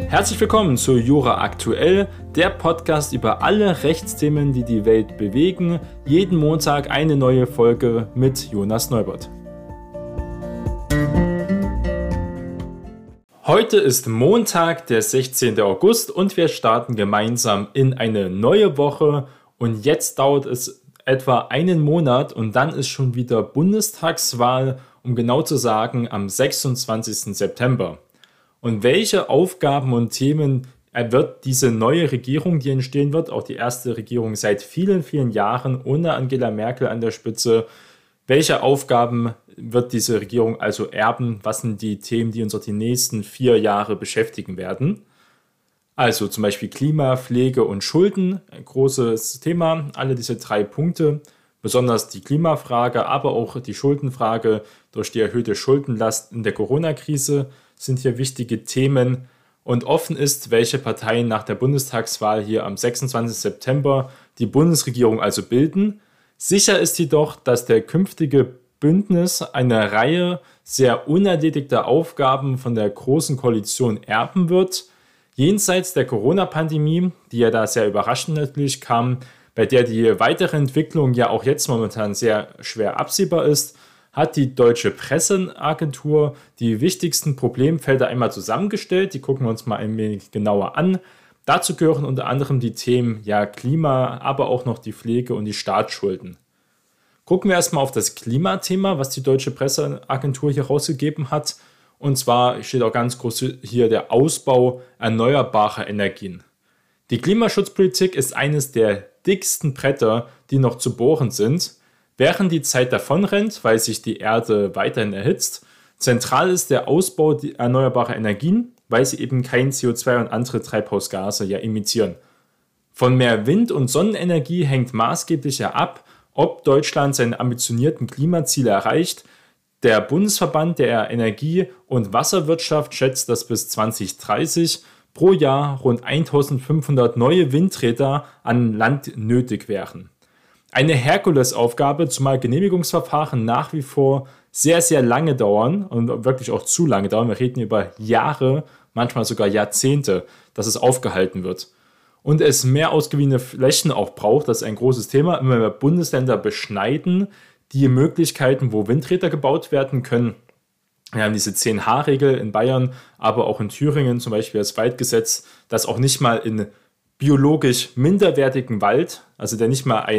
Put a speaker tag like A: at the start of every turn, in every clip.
A: Herzlich willkommen zu Jura Aktuell, der Podcast über alle Rechtsthemen, die die Welt bewegen. Jeden Montag eine neue Folge mit Jonas Neubert. Heute ist Montag, der 16. August und wir starten gemeinsam in eine neue Woche. Und jetzt dauert es etwa einen Monat und dann ist schon wieder Bundestagswahl, um genau zu sagen, am 26. September. Und welche Aufgaben und Themen wird diese neue Regierung, die entstehen wird, auch die erste Regierung seit vielen, vielen Jahren ohne Angela Merkel an der Spitze, welche Aufgaben wird diese Regierung also erben? Was sind die Themen, die uns auch die nächsten 4 Jahre beschäftigen werden? Also zum Beispiel Klima, Pflege und Schulden, ein großes Thema, alle diese 3 Punkte. Besonders die Klimafrage, aber auch die Schuldenfrage durch die erhöhte Schuldenlast in der Corona-Krise sind hier wichtige Themen. Und offen ist, welche Parteien nach der Bundestagswahl hier am 26. September die Bundesregierung also bilden. Sicher ist jedoch, dass der künftige Bündnis eine Reihe sehr unerledigter Aufgaben von der Großen Koalition erben wird. Jenseits der Corona-Pandemie, die ja da sehr überraschend natürlich kam, bei der die weitere Entwicklung ja auch jetzt momentan sehr schwer absehbar ist, hat die Deutsche Presseagentur die wichtigsten Problemfelder einmal zusammengestellt. Die gucken wir uns mal ein wenig genauer an. Dazu gehören unter anderem die Themen Klima, aber auch noch die Pflege und die Staatsschulden. Gucken wir erstmal auf das Klimathema, was die Deutsche Presseagentur hier rausgegeben hat. Und zwar steht auch ganz groß hier der Ausbau erneuerbarer Energien. Die Klimaschutzpolitik ist eines der dicksten Bretter, die noch zu bohren sind. Während die Zeit davonrennt, weil sich die Erde weiterhin erhitzt, zentral ist der Ausbau erneuerbarer Energien, weil sie eben kein CO2 und andere Treibhausgase emittieren. Von mehr Wind- und Sonnenenergie hängt maßgeblich ab, ob Deutschland seine ambitionierten Klimaziele erreicht. Der Bundesverband der Energie- und Wasserwirtschaft schätzt, dass bis 2030 pro Jahr rund 1500 neue Windräder an Land nötig wären. Eine Herkulesaufgabe, zumal Genehmigungsverfahren nach wie vor sehr, sehr lange dauern und wirklich auch zu lange dauern. Wir reden über Jahre, manchmal sogar Jahrzehnte, dass es aufgehalten wird. Und es mehr ausgewiesene Flächen auch braucht, das ist ein großes Thema. Immer mehr Bundesländer beschneiden die Möglichkeiten, wo Windräder gebaut werden können. Wir haben diese 10H-Regel in Bayern, aber auch in Thüringen zum Beispiel das Waldgesetz, das auch nicht mal in biologisch minderwertigen Wald, also der nicht mal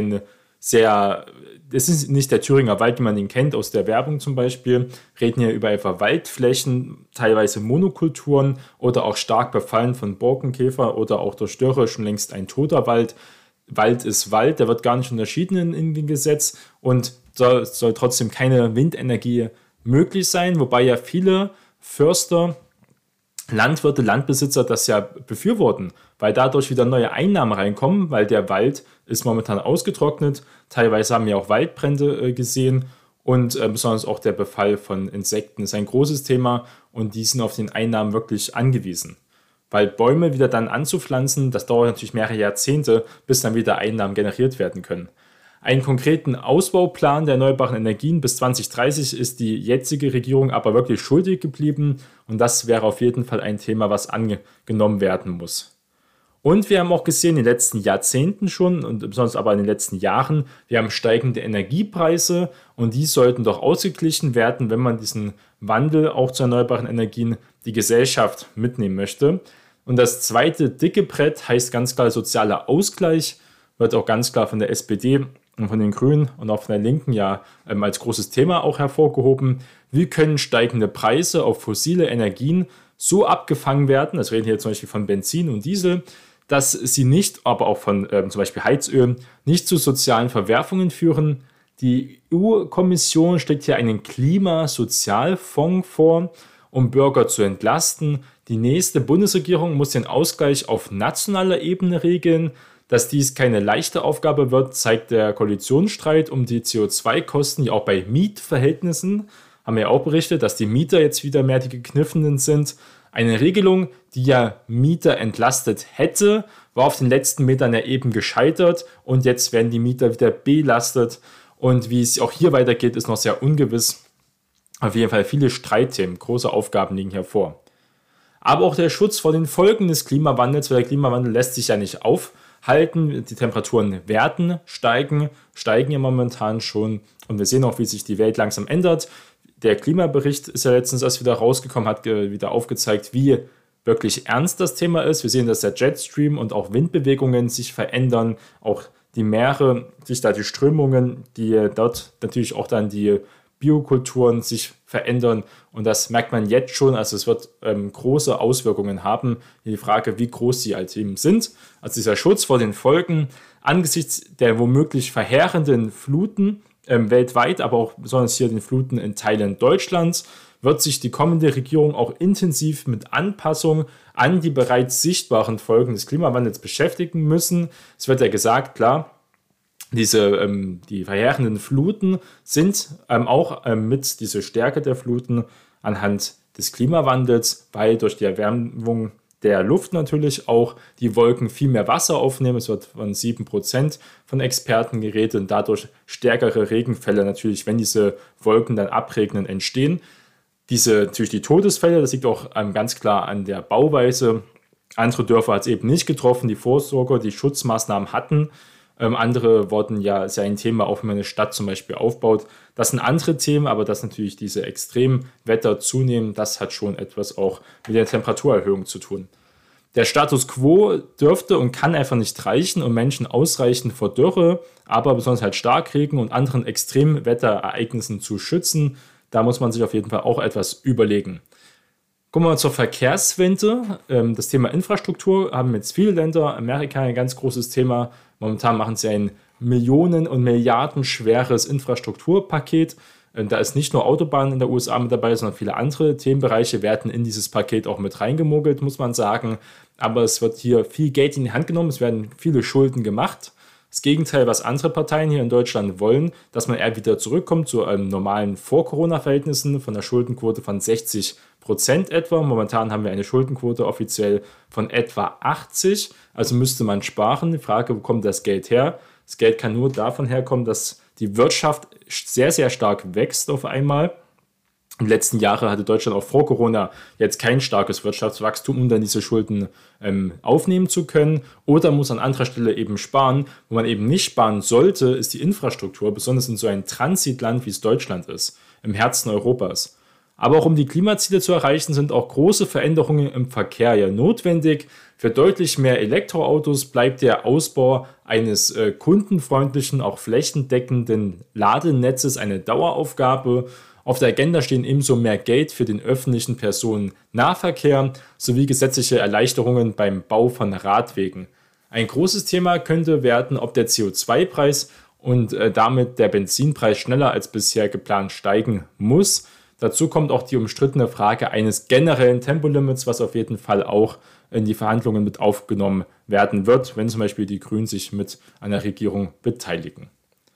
A: das ist nicht der Thüringer Wald, wie man ihn kennt aus der Werbung zum Beispiel, reden hier über einfach Waldflächen, teilweise Monokulturen oder auch stark befallen von Borkenkäfer oder auch durch Dürre schon längst ein toter Wald. Wald ist Wald, der wird gar nicht unterschieden in dem Gesetz und soll trotzdem keine Windenergie möglich sein, wobei ja viele Förster, Landwirte, Landbesitzer das ja befürworten, weil dadurch wieder neue Einnahmen reinkommen, weil der Wald ist momentan ausgetrocknet. Teilweise haben wir auch Waldbrände gesehen und besonders auch der Befall von Insekten ist ein großes Thema und die sind auf den Einnahmen wirklich angewiesen. Weil Bäume wieder dann anzupflanzen, das dauert natürlich mehrere Jahrzehnte, bis dann wieder Einnahmen generiert werden können. Einen konkreten Ausbauplan der erneuerbaren Energien bis 2030 ist die jetzige Regierung aber wirklich schuldig geblieben und das wäre auf jeden Fall ein Thema, was angenommen werden muss. Und wir haben auch gesehen, in den letzten Jahrzehnten schon und besonders aber in den letzten Jahren, wir haben steigende Energiepreise und die sollten doch ausgeglichen werden, wenn man diesen Wandel auch zu erneuerbaren Energien die Gesellschaft mitnehmen möchte. Und das zweite dicke Brett heißt ganz klar sozialer Ausgleich, wird auch ganz klar von der SPD und von den Grünen und auch von der Linken als großes Thema auch hervorgehoben. Wie können steigende Preise auf fossile Energien so abgefangen werden, das reden hier zum Beispiel von Benzin und Diesel, dass sie nicht, aber auch von zum Beispiel Heizöl, nicht zu sozialen Verwerfungen führen. Die EU-Kommission schlägt hier einen Klimasozialfonds vor, um Bürger zu entlasten. Die nächste Bundesregierung muss den Ausgleich auf nationaler Ebene regeln. Dass dies keine leichte Aufgabe wird, zeigt der Koalitionsstreit um die CO2-Kosten, ja auch bei Mietverhältnissen. Haben wir ja auch berichtet, dass die Mieter jetzt wieder mehr die Gekniffenen sind. Eine Regelung, die ja Mieter entlastet hätte, war auf den letzten Metern ja eben gescheitert und jetzt werden die Mieter wieder belastet. Und wie es auch hier weitergeht, ist noch sehr ungewiss. Auf jeden Fall viele Streitthemen, große Aufgaben liegen hier vor. aber auch der Schutz vor den Folgen des Klimawandels, weil der Klimawandel lässt sich ja nicht aufhalten. Die Temperaturen werden steigen ja momentan schon und wir sehen auch, wie sich die Welt langsam ändert. Der Klimabericht ist ja letztens erst wieder rausgekommen, hat wieder aufgezeigt, wie wirklich ernst das Thema ist. Wir sehen, dass der Jetstream und auch Windbewegungen sich verändern, auch die Meere, sich da die Strömungen, die dort natürlich auch dann die Biokulturen sich verändern und das merkt man jetzt schon, also es wird große Auswirkungen haben. Die Frage, wie groß die halt eben sind, also dieser Schutz vor den Folgen angesichts der womöglich verheerenden Fluten weltweit, aber auch besonders hier den Fluten in Teilen Deutschlands, wird sich die kommende Regierung auch intensiv mit Anpassung an die bereits sichtbaren Folgen des Klimawandels beschäftigen müssen. Es wird ja gesagt, klar, die verheerenden Fluten sind auch mit dieser Stärke der Fluten anhand des Klimawandels, weil durch die Erwärmung der Luft natürlich auch die Wolken viel mehr Wasser aufnehmen. Es wird von 7% von Experten geredet und dadurch stärkere Regenfälle natürlich, wenn diese Wolken dann abregnen, entstehen. Natürlich die Todesfälle, das liegt auch ganz klar an der Bauweise. Andere Dörfer hat es eben nicht getroffen, die Vorsorge, die Schutzmaßnahmen hatten. Andere wurden ja, ist ja ein Thema, auch wenn man eine Stadt zum Beispiel aufbaut. Das sind andere Themen, aber dass natürlich diese Extremwetter zunehmen, das hat schon etwas auch mit der Temperaturerhöhung zu tun. Der Status quo dürfte und kann einfach nicht reichen, um Menschen ausreichend vor Dürre, aber besonders halt Starkregen und anderen Extremwetterereignissen zu schützen. Da muss man sich auf jeden Fall auch etwas überlegen. Kommen wir mal zur Verkehrswende. Das Thema Infrastruktur haben jetzt viele Länder. Amerika ein ganz großes Thema. Momentan machen sie ein Millionen- und Milliarden schweres Infrastrukturpaket. Da ist nicht nur Autobahnen in der USA mit dabei, sondern viele andere Themenbereiche werden in dieses Paket auch mit reingemogelt, muss man sagen. Aber es wird hier viel Geld in die Hand genommen. Es werden viele Schulden gemacht. Das Gegenteil, was andere Parteien hier in Deutschland wollen, dass man eher wieder zurückkommt zu normalen Vor-Corona-Verhältnissen von der Schuldenquote von 60% etwa. Momentan haben wir eine Schuldenquote offiziell von etwa 80%. Also müsste man sparen. Die Frage, wo kommt das Geld her? Das Geld kann nur davon herkommen, dass die Wirtschaft sehr, sehr stark wächst auf einmal. In den letzten Jahren hatte Deutschland auch vor Corona jetzt kein starkes Wirtschaftswachstum, um dann diese Schulden aufnehmen zu können. Oder muss an anderer Stelle eben sparen. Wo man eben nicht sparen sollte, ist die Infrastruktur, besonders in so einem Transitland, wie es Deutschland ist, im Herzen Europas. Aber auch um die Klimaziele zu erreichen, sind auch große Veränderungen im Verkehr ja notwendig. Für deutlich mehr Elektroautos bleibt der Ausbau eines kundenfreundlichen, auch flächendeckenden Ladenetzes eine Daueraufgabe. Auf der Agenda stehen ebenso mehr Geld für den öffentlichen Personennahverkehr sowie gesetzliche Erleichterungen beim Bau von Radwegen. Ein großes Thema könnte werden, ob der CO2-Preis und damit der Benzinpreis schneller als bisher geplant steigen muss. Dazu kommt auch die umstrittene Frage eines generellen Tempolimits, was auf jeden Fall auch in die Verhandlungen mit aufgenommen werden wird, wenn zum Beispiel die Grünen sich mit einer Regierung beteiligen.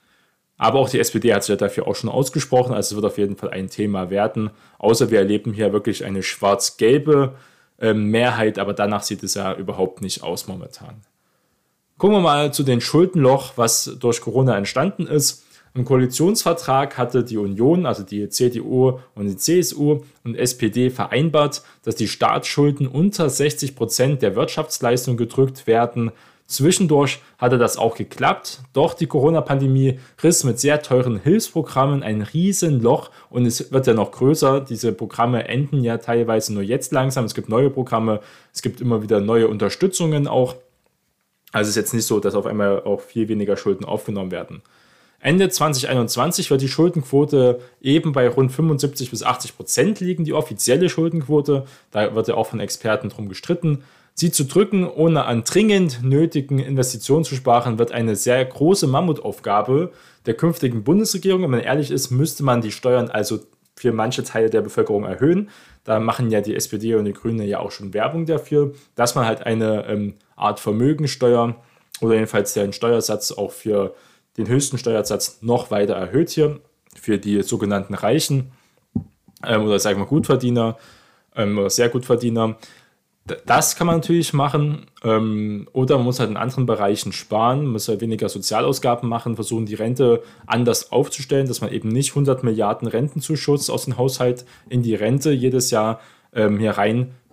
A: Aber auch die SPD hat sich ja dafür auch schon ausgesprochen, also es wird auf jeden Fall ein Thema werden. Außer wir erleben hier wirklich eine schwarz-gelbe Mehrheit, aber danach sieht es ja überhaupt nicht aus momentan. Gucken wir mal zu den Schuldenloch, was durch Corona entstanden ist. Im Koalitionsvertrag hatte die Union, also die CDU und die CSU und SPD vereinbart, dass die Staatsschulden unter 60% der Wirtschaftsleistung gedrückt werden. Zwischendurch hatte das auch geklappt, doch die Corona-Pandemie riss mit sehr teuren Hilfsprogrammen ein Riesenloch und es wird ja noch größer. Diese Programme enden ja teilweise nur jetzt langsam. Es gibt neue Programme, es gibt immer wieder neue Unterstützungen auch. Also es ist jetzt nicht so, dass auf einmal auch viel weniger Schulden aufgenommen werden. Ende 2021 wird die Schuldenquote eben bei rund 75-80% liegen, die offizielle Schuldenquote. Da wird ja auch von Experten drum gestritten. Sie zu drücken, ohne an dringend nötigen Investitionen zu sparen, wird eine sehr große Mammutaufgabe der künftigen Bundesregierung. Wenn man ehrlich ist, müsste man die Steuern also für manche Teile der Bevölkerung erhöhen. Da machen ja die SPD und die Grünen ja auch schon Werbung dafür, dass man halt eine Art Vermögensteuer oder jedenfalls den Steuersatz auch für den höchsten Steuersatz noch weiter erhöht hier für die sogenannten Reichen oder sagen wir Gutverdiener oder sehr Gutverdiener. Das kann man natürlich machen oder man muss halt in anderen Bereichen sparen, man muss halt weniger Sozialausgaben machen, versuchen die Rente anders aufzustellen, dass man eben nicht 100 Milliarden Rentenzuschuss aus dem Haushalt in die Rente jedes Jahr hier rein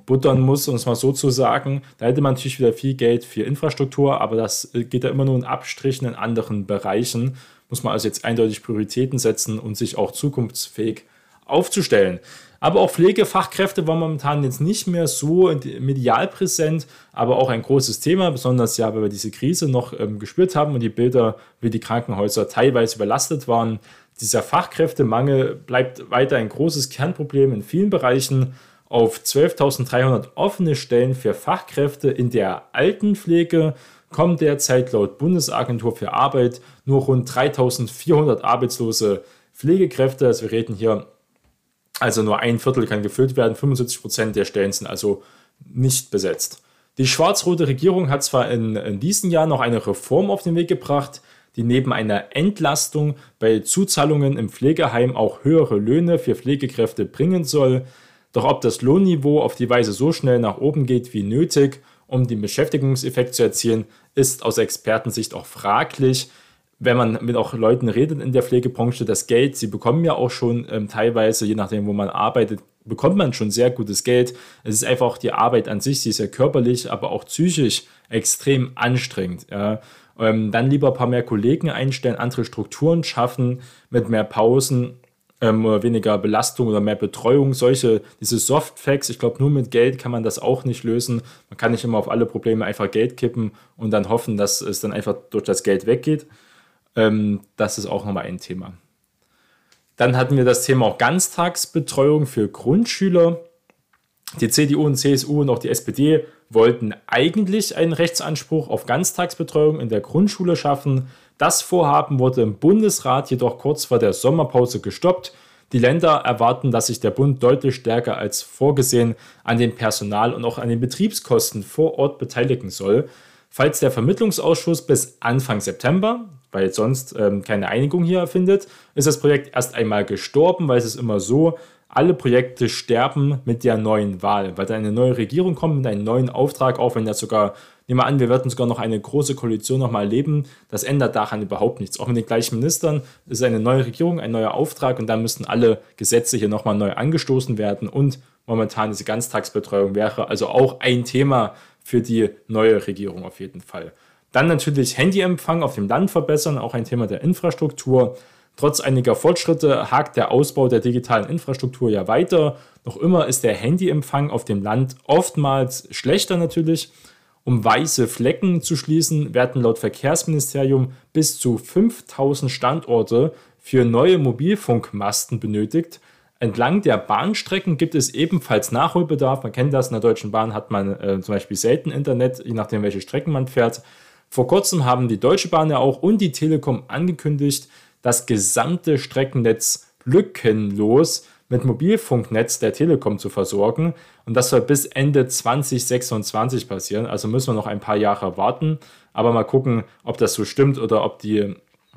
A: buttern muss, um es mal so zu sagen. Da hätte man natürlich wieder viel Geld für Infrastruktur, aber das geht ja immer nur in Abstrichen in anderen Bereichen. Muss man also jetzt eindeutig Prioritäten setzen und sich auch zukunftsfähig aufzustellen. Aber auch Pflegefachkräfte waren momentan jetzt nicht mehr so medial präsent, aber auch ein großes Thema, besonders ja, weil wir diese Krise noch gespürt haben und die Bilder, wie die Krankenhäuser teilweise überlastet waren. Dieser Fachkräftemangel bleibt weiter ein großes Kernproblem in vielen Bereichen. Auf 12.300 offene Stellen für Fachkräfte in der Altenpflege kommen derzeit laut Bundesagentur für Arbeit nur rund 3.400 arbeitslose Pflegekräfte. Also wir reden hier, also nur ein Viertel kann gefüllt werden, 75% der Stellen sind also nicht besetzt. Die schwarz-rote Regierung hat zwar in diesem Jahr noch eine Reform auf den Weg gebracht, die neben einer Entlastung bei Zuzahlungen im Pflegeheim auch höhere Löhne für Pflegekräfte bringen soll. Doch ob das Lohnniveau auf die Weise so schnell nach oben geht wie nötig, um den Beschäftigungseffekt zu erzielen, ist aus Expertensicht auch fraglich. Wenn man mit auch Leuten redet in der Pflegebranche, das Geld, sie bekommen ja auch schon teilweise, je nachdem, wo man arbeitet, bekommt man schon sehr gutes Geld. Es ist einfach die Arbeit an sich, sie ist ja körperlich, aber auch psychisch extrem anstrengend. Ja. Dann lieber ein paar mehr Kollegen einstellen, andere Strukturen schaffen, mit mehr Pausen oder weniger Belastung oder mehr Betreuung. Diese Softfacts, ich glaube, nur mit Geld kann man das auch nicht lösen. Man kann nicht immer auf alle Probleme einfach Geld kippen und dann hoffen, dass es dann einfach durch das Geld weggeht. Das ist auch nochmal ein Thema. Dann hatten wir das Thema auch Ganztagsbetreuung für Grundschüler. Die CDU und CSU und auch die SPD wollten eigentlich einen Rechtsanspruch auf Ganztagsbetreuung in der Grundschule schaffen. Das Vorhaben wurde im Bundesrat jedoch kurz vor der Sommerpause gestoppt. Die Länder erwarten, dass sich der Bund deutlich stärker als vorgesehen an den Personal- und auch an den Betriebskosten vor Ort beteiligen soll. Falls der Vermittlungsausschuss bis Anfang September, weil sonst keine Einigung hier findet, ist das Projekt erst einmal gestorben, weil es ist immer so, alle Projekte sterben mit der neuen Wahl, weil dann eine neue Regierung kommt mit einem neuen Auftrag, auch wenn das sogar, nehmen wir an, wir werden sogar noch eine große Koalition nochmal erleben, das ändert daran überhaupt nichts. Auch mit den gleichen Ministern ist eine neue Regierung, ein neuer Auftrag und dann müssten alle Gesetze hier nochmal neu angestoßen werden und momentan diese Ganztagsbetreuung wäre also auch ein Thema für die neue Regierung auf jeden Fall. Dann natürlich Handyempfang auf dem Land verbessern, auch ein Thema der Infrastruktur. Trotz einiger Fortschritte hakt der Ausbau der digitalen Infrastruktur ja weiter. Noch immer ist der Handyempfang auf dem Land oftmals schlechter natürlich. Um weiße Flecken zu schließen, werden laut Verkehrsministerium bis zu 5.000 Standorte für neue Mobilfunkmasten benötigt. Entlang der Bahnstrecken gibt es ebenfalls Nachholbedarf. Man kennt das, in der Deutschen Bahn hat man zum Beispiel selten Internet, je nachdem welche Strecken man fährt. Vor kurzem haben die Deutsche Bahn ja auch und die Telekom angekündigt, das gesamte Streckennetz lückenlos mit Mobilfunknetz der Telekom zu versorgen. Und das soll bis Ende 2026 passieren. Also müssen wir noch ein paar Jahre warten. Aber mal gucken, ob das so stimmt oder ob die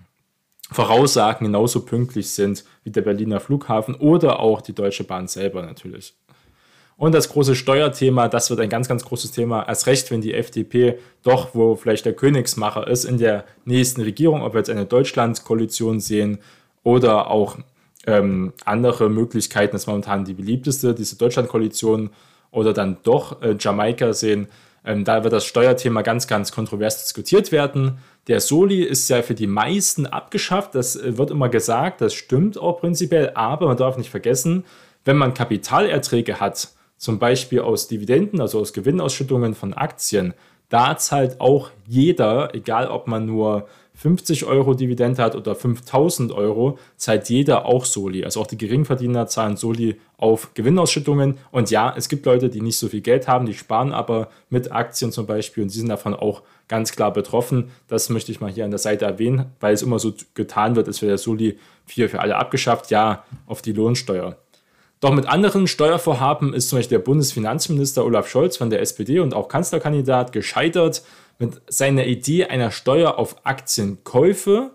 A: Voraussagen genauso pünktlich sind wie der Berliner Flughafen oder auch die Deutsche Bahn selber natürlich. Und das große Steuerthema, das wird ein ganz, ganz großes Thema. Erst recht, wenn die FDP doch, wo vielleicht der Königsmacher ist in der nächsten Regierung, ob wir jetzt eine Deutschlandkoalition sehen oder auch andere Möglichkeiten, das ist momentan die beliebteste, diese Deutschlandkoalition oder dann doch Jamaika sehen. Da wird das Steuerthema ganz, ganz kontrovers diskutiert werden. Der Soli ist ja für die meisten abgeschafft, das wird immer gesagt, das stimmt auch prinzipiell, aber man darf nicht vergessen, wenn man Kapitalerträge hat, zum Beispiel aus Dividenden, also aus Gewinnausschüttungen von Aktien, da zahlt auch jeder, egal ob man nur 50 Euro Dividende hat oder 5.000 Euro, zahlt jeder auch Soli. Also auch die Geringverdiener zahlen Soli auf Gewinnausschüttungen. Und ja, es gibt Leute, die nicht so viel Geld haben, die sparen aber mit Aktien zum Beispiel und sie sind davon auch ganz klar betroffen. Das möchte ich mal hier an der Seite erwähnen, weil es immer so getan wird, als wäre der Soli für alle abgeschafft. Ja, auf die Lohnsteuer. Doch mit anderen Steuervorhaben ist zum Beispiel der Bundesfinanzminister Olaf Scholz von der SPD und auch Kanzlerkandidat gescheitert mit seiner Idee einer Steuer auf Aktienkäufe.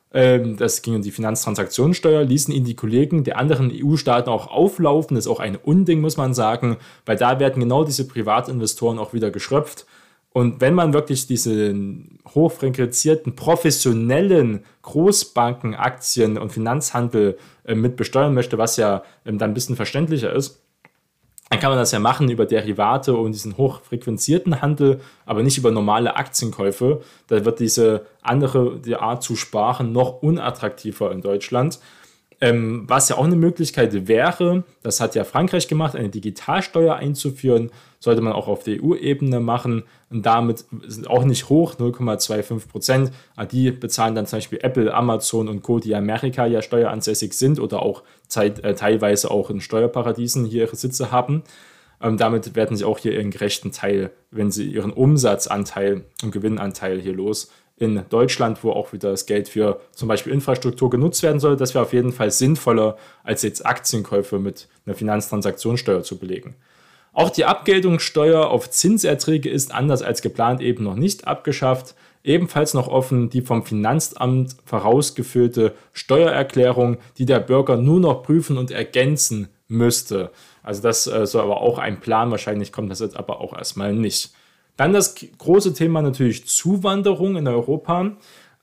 A: Das ging um die Finanztransaktionssteuer, ließen ihn die Kollegen der anderen EU-Staaten auch auflaufen. Das ist auch ein Unding, muss man sagen, weil da werden genau diese Privatinvestoren auch wieder geschröpft. Und wenn man wirklich diese hochfrequenzierten, professionellen Großbanken, Aktien und Finanzhandel mit besteuern möchte, was ja dann ein bisschen verständlicher ist, dann kann man das ja machen über Derivate und diesen hochfrequenzierten Handel, aber nicht über normale Aktienkäufe. Da wird die Art zu sparen noch unattraktiver in Deutschland. Was ja auch eine Möglichkeit wäre, das hat ja Frankreich gemacht, eine Digitalsteuer einzuführen, sollte man auch auf der EU-Ebene machen und damit sind auch nicht hoch, 0,25%. Die bezahlen dann zum Beispiel Apple, Amazon und Co., die in Amerika ja steueransässig sind oder auch teilweise auch in Steuerparadiesen hier ihre Sitze haben. Damit werden sie auch hier ihren gerechten Teil, wenn sie ihren Umsatzanteil und Gewinnanteil hier los in Deutschland, wo auch wieder das Geld für zum Beispiel Infrastruktur genutzt werden soll. Das wäre auf jeden Fall sinnvoller, als jetzt Aktienkäufe mit einer Finanztransaktionssteuer zu belegen. Auch die Abgeltungssteuer auf Zinserträge ist anders als geplant eben noch nicht abgeschafft. Ebenfalls noch offen die vom Finanzamt vorausgefüllte Steuererklärung, die der Bürger nur noch prüfen und ergänzen müsste. Also das soll aber auch ein Plan, wahrscheinlich kommt das jetzt aber auch erstmal nicht. Dann das große Thema natürlich Zuwanderung in Europa.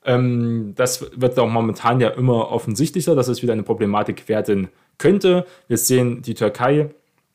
A: Das wird auch momentan ja immer offensichtlicher, dass es wieder eine Problematik werden könnte. Wir sehen die Türkei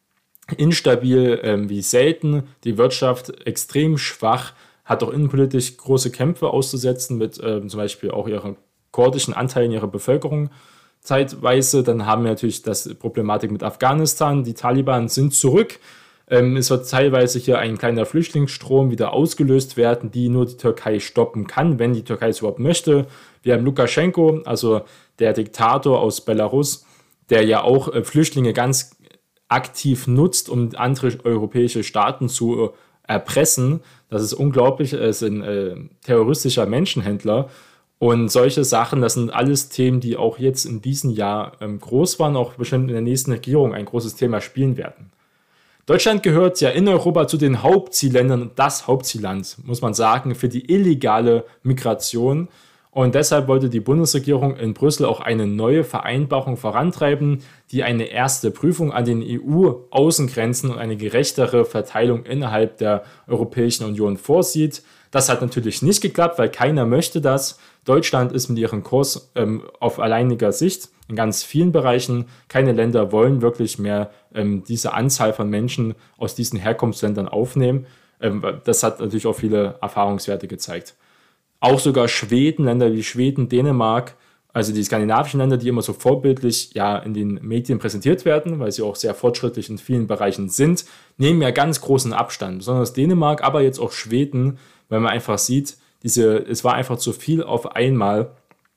A: instabil wie selten, die Wirtschaft extrem schwach, hat auch innenpolitisch große Kämpfe auszusetzen mit zum Beispiel auch ihren kurdischen Anteilen ihrer Bevölkerung zeitweise. Dann haben wir natürlich das Problematik mit Afghanistan. Die Taliban sind zurück. Es wird teilweise hier ein kleiner Flüchtlingsstrom wieder ausgelöst werden, die nur die Türkei stoppen kann, wenn die Türkei es überhaupt möchte. Wir haben Lukaschenko, also der Diktator aus Belarus, der ja auch Flüchtlinge ganz aktiv nutzt, um andere europäische Staaten zu erpressen. Das ist unglaublich. Er ist ein terroristischer Menschenhändler. Und solche Sachen, das sind alles Themen, die auch jetzt in diesem Jahr groß waren, auch bestimmt in der nächsten Regierung ein großes Thema spielen werden. Deutschland gehört ja in Europa zu den Hauptzielländern, das Hauptzielland, muss man sagen, für die illegale Migration. Und deshalb wollte die Bundesregierung in Brüssel auch eine neue Vereinbarung vorantreiben, die eine erste Prüfung an den EU-Außengrenzen und eine gerechtere Verteilung innerhalb der Europäischen Union vorsieht. Das hat natürlich nicht geklappt, weil keiner möchte das. Deutschland ist mit ihrem Kurs auf alleiniger Sicht in ganz vielen Bereichen. Keine Länder wollen wirklich mehr diese Anzahl von Menschen aus diesen Herkunftsländern aufnehmen. Das hat natürlich auch viele Erfahrungswerte gezeigt. Auch sogar Schweden, Länder wie Schweden, Dänemark, also die skandinavischen Länder, die immer so vorbildlich ja in den Medien präsentiert werden, weil sie auch sehr fortschrittlich in vielen Bereichen sind, nehmen ja ganz großen Abstand. Besonders Dänemark, aber jetzt auch Schweden, weil man einfach sieht, es war einfach zu viel auf einmal.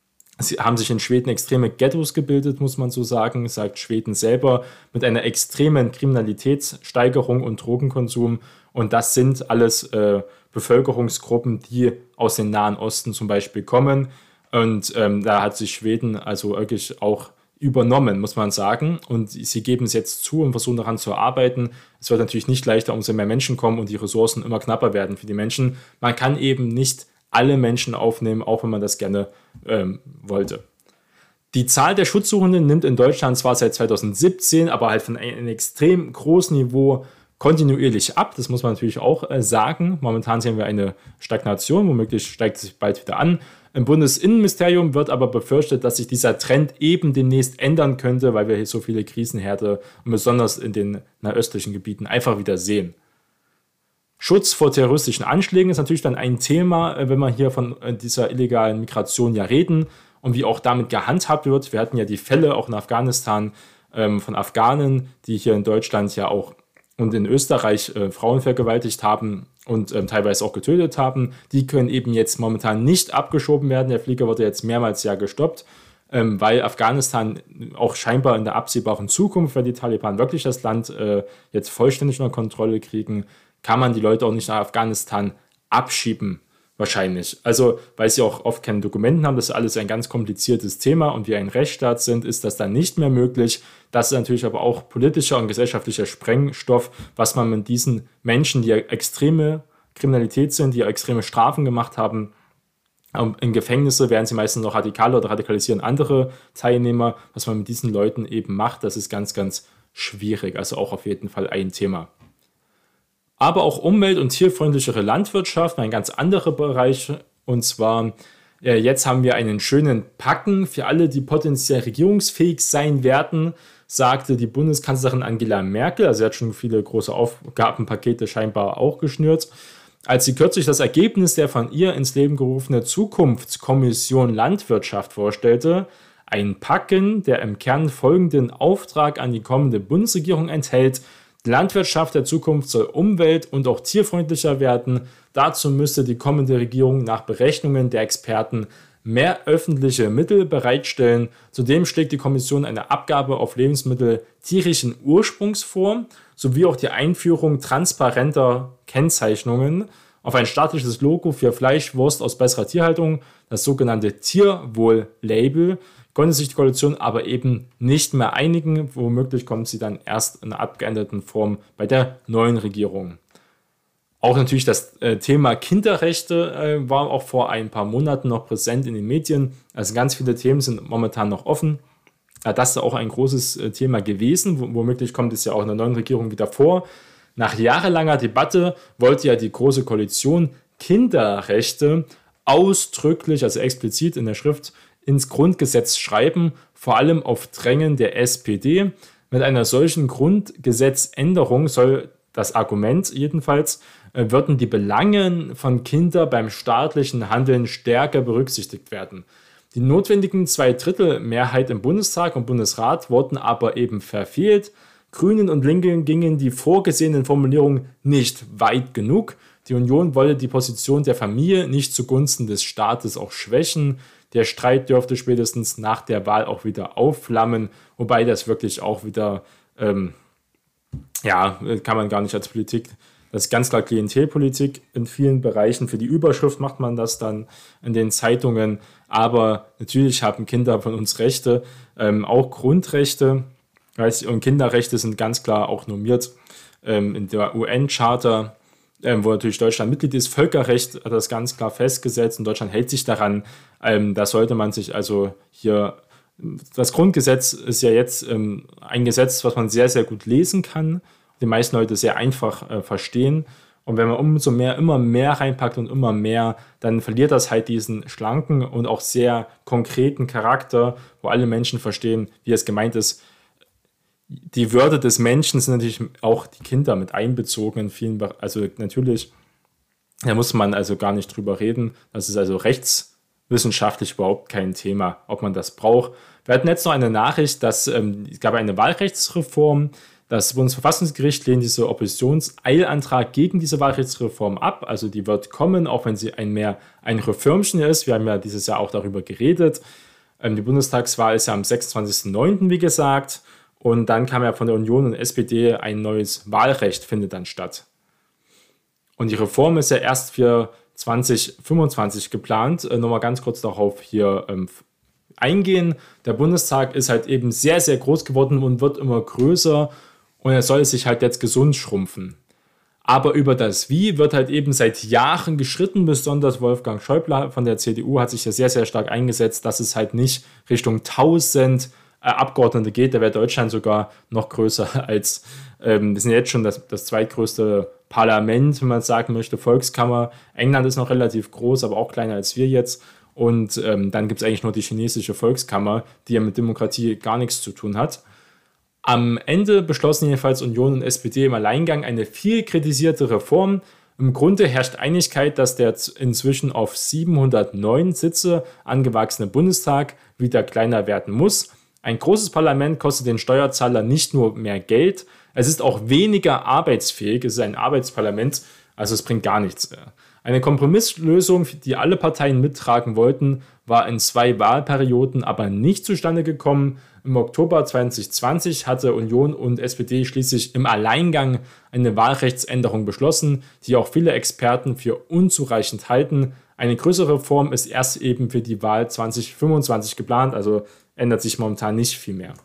A: Es haben sich in Schweden extreme Ghettos gebildet, muss man so sagen, sagt Schweden selber, mit einer extremen Kriminalitätssteigerung und Drogenkonsum. Und das sind alles Bevölkerungsgruppen, die aus dem Nahen Osten zum Beispiel kommen. Und da hat sich Schweden also wirklich auch übernommen, muss man sagen. Und sie geben es jetzt zu und versuchen daran zu arbeiten. Es wird natürlich nicht leichter, umso mehr Menschen kommen und die Ressourcen immer knapper werden für die Menschen. Man kann eben nicht alle Menschen aufnehmen, auch wenn man das gerne wollte. Die Zahl der Schutzsuchenden nimmt in Deutschland zwar seit 2017, aber halt von einem extrem großen Niveau kontinuierlich ab. Das muss man natürlich auch sagen. Momentan sehen wir eine Stagnation, womöglich steigt es sich bald wieder an. Im Bundesinnenministerium wird aber befürchtet, dass sich dieser Trend eben demnächst ändern könnte, weil wir hier so viele Krisenherde und besonders in den nahöstlichen Gebieten einfach wieder sehen. Schutz vor terroristischen Anschlägen ist natürlich dann ein Thema, wenn wir hier von dieser illegalen Migration ja reden und wie auch damit gehandhabt wird. Wir hatten ja die Fälle auch in Afghanistan von Afghanen, die hier in Deutschland ja auch und in Österreich Frauen vergewaltigt haben und teilweise auch getötet haben. Die können eben jetzt momentan nicht abgeschoben werden. Der Flieger wurde jetzt mehrmals ja gestoppt, weil Afghanistan auch scheinbar in der absehbaren Zukunft, wenn die Taliban wirklich das Land jetzt vollständig unter Kontrolle kriegen, kann man die Leute auch nicht nach Afghanistan abschieben, wahrscheinlich. Also, weil sie auch oft keine Dokumenten haben, das ist alles ein ganz kompliziertes Thema und wir ein Rechtsstaat sind, ist das dann nicht mehr möglich. Das ist natürlich aber auch politischer und gesellschaftlicher Sprengstoff, was man mit diesen Menschen, die ja extreme Kriminalität sind, die ja extreme Strafen gemacht haben, in Gefängnisse werden sie meistens noch radikaler oder radikalisieren andere Teilnehmer. Was man mit diesen Leuten eben macht, das ist ganz, ganz schwierig. Also auch auf jeden Fall ein Thema. Aber auch umwelt- und tierfreundlichere Landwirtschaft, ein ganz anderer Bereich. Und zwar, jetzt haben wir einen schönen Packen für alle, die potenziell regierungsfähig sein werden. sagte die Bundeskanzlerin Angela Merkel, also sie hat schon viele große Aufgabenpakete scheinbar auch geschnürt, als sie kürzlich das Ergebnis der von ihr ins Leben gerufene Zukunftskommission Landwirtschaft vorstellte, ein Packen, der im Kern folgenden Auftrag an die kommende Bundesregierung enthält: Die Landwirtschaft der Zukunft soll umwelt- und auch tierfreundlicher werden. Dazu müsste die kommende Regierung nach Berechnungen der Experten mehr öffentliche Mittel bereitstellen. Zudem schlägt die Kommission eine Abgabe auf Lebensmittel tierischen Ursprungs vor, sowie auch die Einführung transparenter Kennzeichnungen auf ein staatliches Logo für Fleischwurst aus besserer Tierhaltung, das sogenannte Tierwohl-Label. Konnte sich die Koalition aber eben nicht mehr einigen. Womöglich kommt sie dann erst in einer abgeänderten Form bei der neuen Regierung. Auch natürlich das Thema Kinderrechte war auch vor ein paar Monaten noch präsent in den Medien. Also ganz viele Themen sind momentan noch offen. Das ist auch ein großes Thema gewesen. Womöglich kommt es ja auch in der neuen Regierung wieder vor. Nach jahrelanger Debatte wollte ja die Große Koalition Kinderrechte ausdrücklich, also explizit in der Schrift, ins Grundgesetz schreiben, vor allem auf Drängen der SPD. Mit einer solchen Grundgesetzänderung soll das Argument jedenfalls, würden die Belange von Kindern beim staatlichen Handeln stärker berücksichtigt werden. Die notwendigen 2/3 im Bundestag und Bundesrat wurden aber eben verfehlt. Grünen und Linken gingen die vorgesehenen Formulierungen nicht weit genug. Die Union wolle die Position der Familie nicht zugunsten des Staates auch schwächen. Der Streit dürfte spätestens nach der Wahl auch wieder aufflammen, wobei das wirklich auch wieder, kann man gar nicht als Politik, das ist ganz klar Klientelpolitik in vielen Bereichen. Für die Überschrift macht man das dann in den Zeitungen, aber natürlich haben Kinder von uns Rechte, auch Grundrechte, und Kinderrechte sind ganz klar auch normiert in der UN-Charta, wo natürlich Deutschland Mitglied ist. Völkerrecht hat das ganz klar festgesetzt und Deutschland hält sich daran. Da sollte man sich also hier, das Grundgesetz ist ja jetzt ein Gesetz, was man sehr, sehr gut lesen kann, die meisten Leute sehr einfach verstehen. Und wenn man immer mehr reinpackt und immer mehr, dann verliert das halt diesen schlanken und auch sehr konkreten Charakter, wo alle Menschen verstehen, wie es gemeint ist. Die Würde des Menschen sind natürlich auch die Kinder mit einbezogen in vielen Bereichen. Also natürlich, da muss man also gar nicht drüber reden. Das ist also rechtswissenschaftlich überhaupt kein Thema, ob man das braucht. Wir hatten jetzt noch eine Nachricht, dass es gab eine Wahlrechtsreform. Das Bundesverfassungsgericht lehnt diese Oppositionseilantrag gegen diese Wahlrechtsreform ab. Also die wird kommen, auch wenn sie ein Reformchen ist. Wir haben ja dieses Jahr auch darüber geredet. Die Bundestagswahl ist ja am 26.09., wie gesagt. Und dann kam ja von der Union und SPD ein neues Wahlrecht, findet dann statt. Und die Reform ist ja erst für 2025 geplant. Nochmal ganz kurz darauf hier eingehen. Der Bundestag ist halt eben sehr, sehr groß geworden und wird immer größer. Und er soll sich halt jetzt gesund schrumpfen. Aber über das Wie wird halt eben seit Jahren geschritten. Besonders Wolfgang Schäuble von der CDU hat sich ja sehr, sehr stark eingesetzt, dass es halt nicht Richtung 1000 Abgeordnete geht. Da wäre Deutschland sogar noch größer als, wir sind jetzt schon das zweitgrößte Parlament, wenn man sagen möchte, Volkskammer. England ist noch relativ groß, aber auch kleiner als wir jetzt. Und dann gibt es eigentlich nur die chinesische Volkskammer, die ja mit Demokratie gar nichts zu tun hat. Am Ende beschlossen jedenfalls Union und SPD im Alleingang eine viel kritisierte Reform. Im Grunde herrscht Einigkeit, dass der inzwischen auf 709 Sitze angewachsene Bundestag wieder kleiner werden muss. Ein großes Parlament kostet den Steuerzahler nicht nur mehr Geld, es ist auch weniger arbeitsfähig. Es ist ein Arbeitsparlament, also es bringt gar nichts. Eine Kompromisslösung, die alle Parteien mittragen wollten, war in 2 Wahlperioden aber nicht zustande gekommen. Im Oktober 2020 hatte Union und SPD schließlich im Alleingang eine Wahlrechtsänderung beschlossen, die auch viele Experten für unzureichend halten. Eine größere Reform ist erst eben für die Wahl 2025 geplant, also ändert sich momentan nicht viel mehr.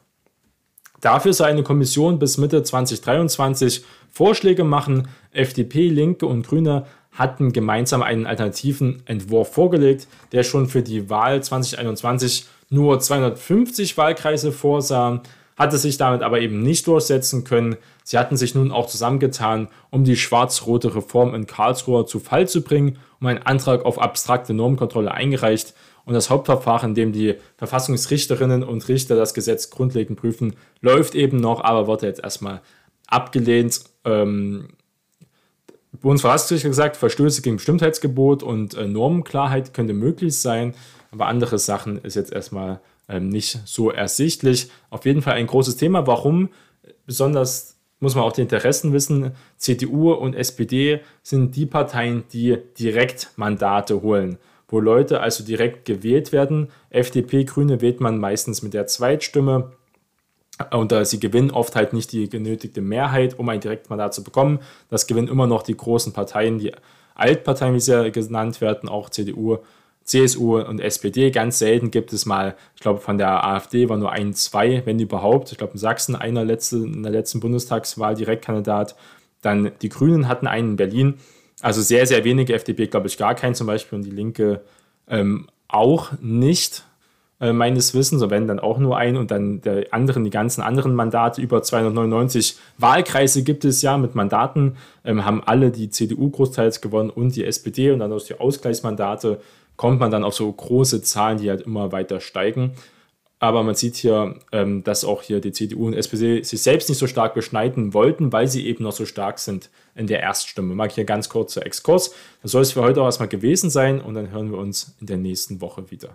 A: Dafür soll eine Kommission bis Mitte 2023 Vorschläge machen. FDP, Linke und Grüne hatten gemeinsam einen alternativen Entwurf vorgelegt, der schon für die Wahl 2021 nur 250 Wahlkreise vorsah, hatte sich damit aber eben nicht durchsetzen können. Sie hatten sich nun auch zusammengetan, um die schwarz-rote Reform in Karlsruhe zu Fall zu bringen, einen Antrag auf abstrakte Normkontrolle eingereicht. und das Hauptverfahren, in dem die Verfassungsrichterinnen und Richter das Gesetz grundlegend prüfen, läuft eben noch, aber wurde jetzt erstmal abgelehnt. Bundesverfassungsgericht hat gesagt, Verstöße gegen Bestimmtheitsgebot und Normenklarheit könnte möglich sein, aber andere Sachen ist jetzt erstmal nicht so ersichtlich. Auf jeden Fall ein großes Thema. Warum? Besonders muss man auch die Interessen wissen. CDU und SPD sind die Parteien, die direkt Mandate holen, wo Leute also direkt gewählt werden. FDP, Grüne wählt man meistens mit der Zweitstimme. Und sie gewinnen oft halt nicht die genötigte Mehrheit, um ein Direktmandat zu bekommen. Das gewinnen immer noch die großen Parteien, die Altparteien, wie sie ja genannt werden, auch CDU, CSU und SPD. Ganz selten gibt es mal, ich glaube von der AfD war nur 1, 2, wenn überhaupt. Ich glaube in Sachsen in der letzten Bundestagswahl Direktkandidat. Dann die Grünen hatten einen in Berlin. Also sehr, sehr wenige. FDP glaube ich gar keinen zum Beispiel und die Linke auch nicht. Meines Wissens, so wenn dann auch nur ein und dann die ganzen anderen Mandate, über 299 Wahlkreise gibt es ja mit Mandaten, haben alle die CDU großteils gewonnen und die SPD und dann aus den Ausgleichsmandate kommt man dann auf so große Zahlen, die halt immer weiter steigen. Aber man sieht hier, dass auch hier die CDU und SPD sich selbst nicht so stark beschneiden wollten, weil sie eben noch so stark sind in der Erststimme. Mag hier ganz kurzer Exkurs. Das soll es für heute auch erstmal gewesen sein und dann hören wir uns in der nächsten Woche wieder.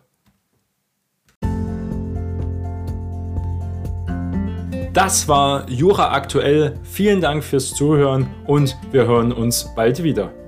A: Das war Jura aktuell. Vielen Dank fürs Zuhören und wir hören uns bald wieder.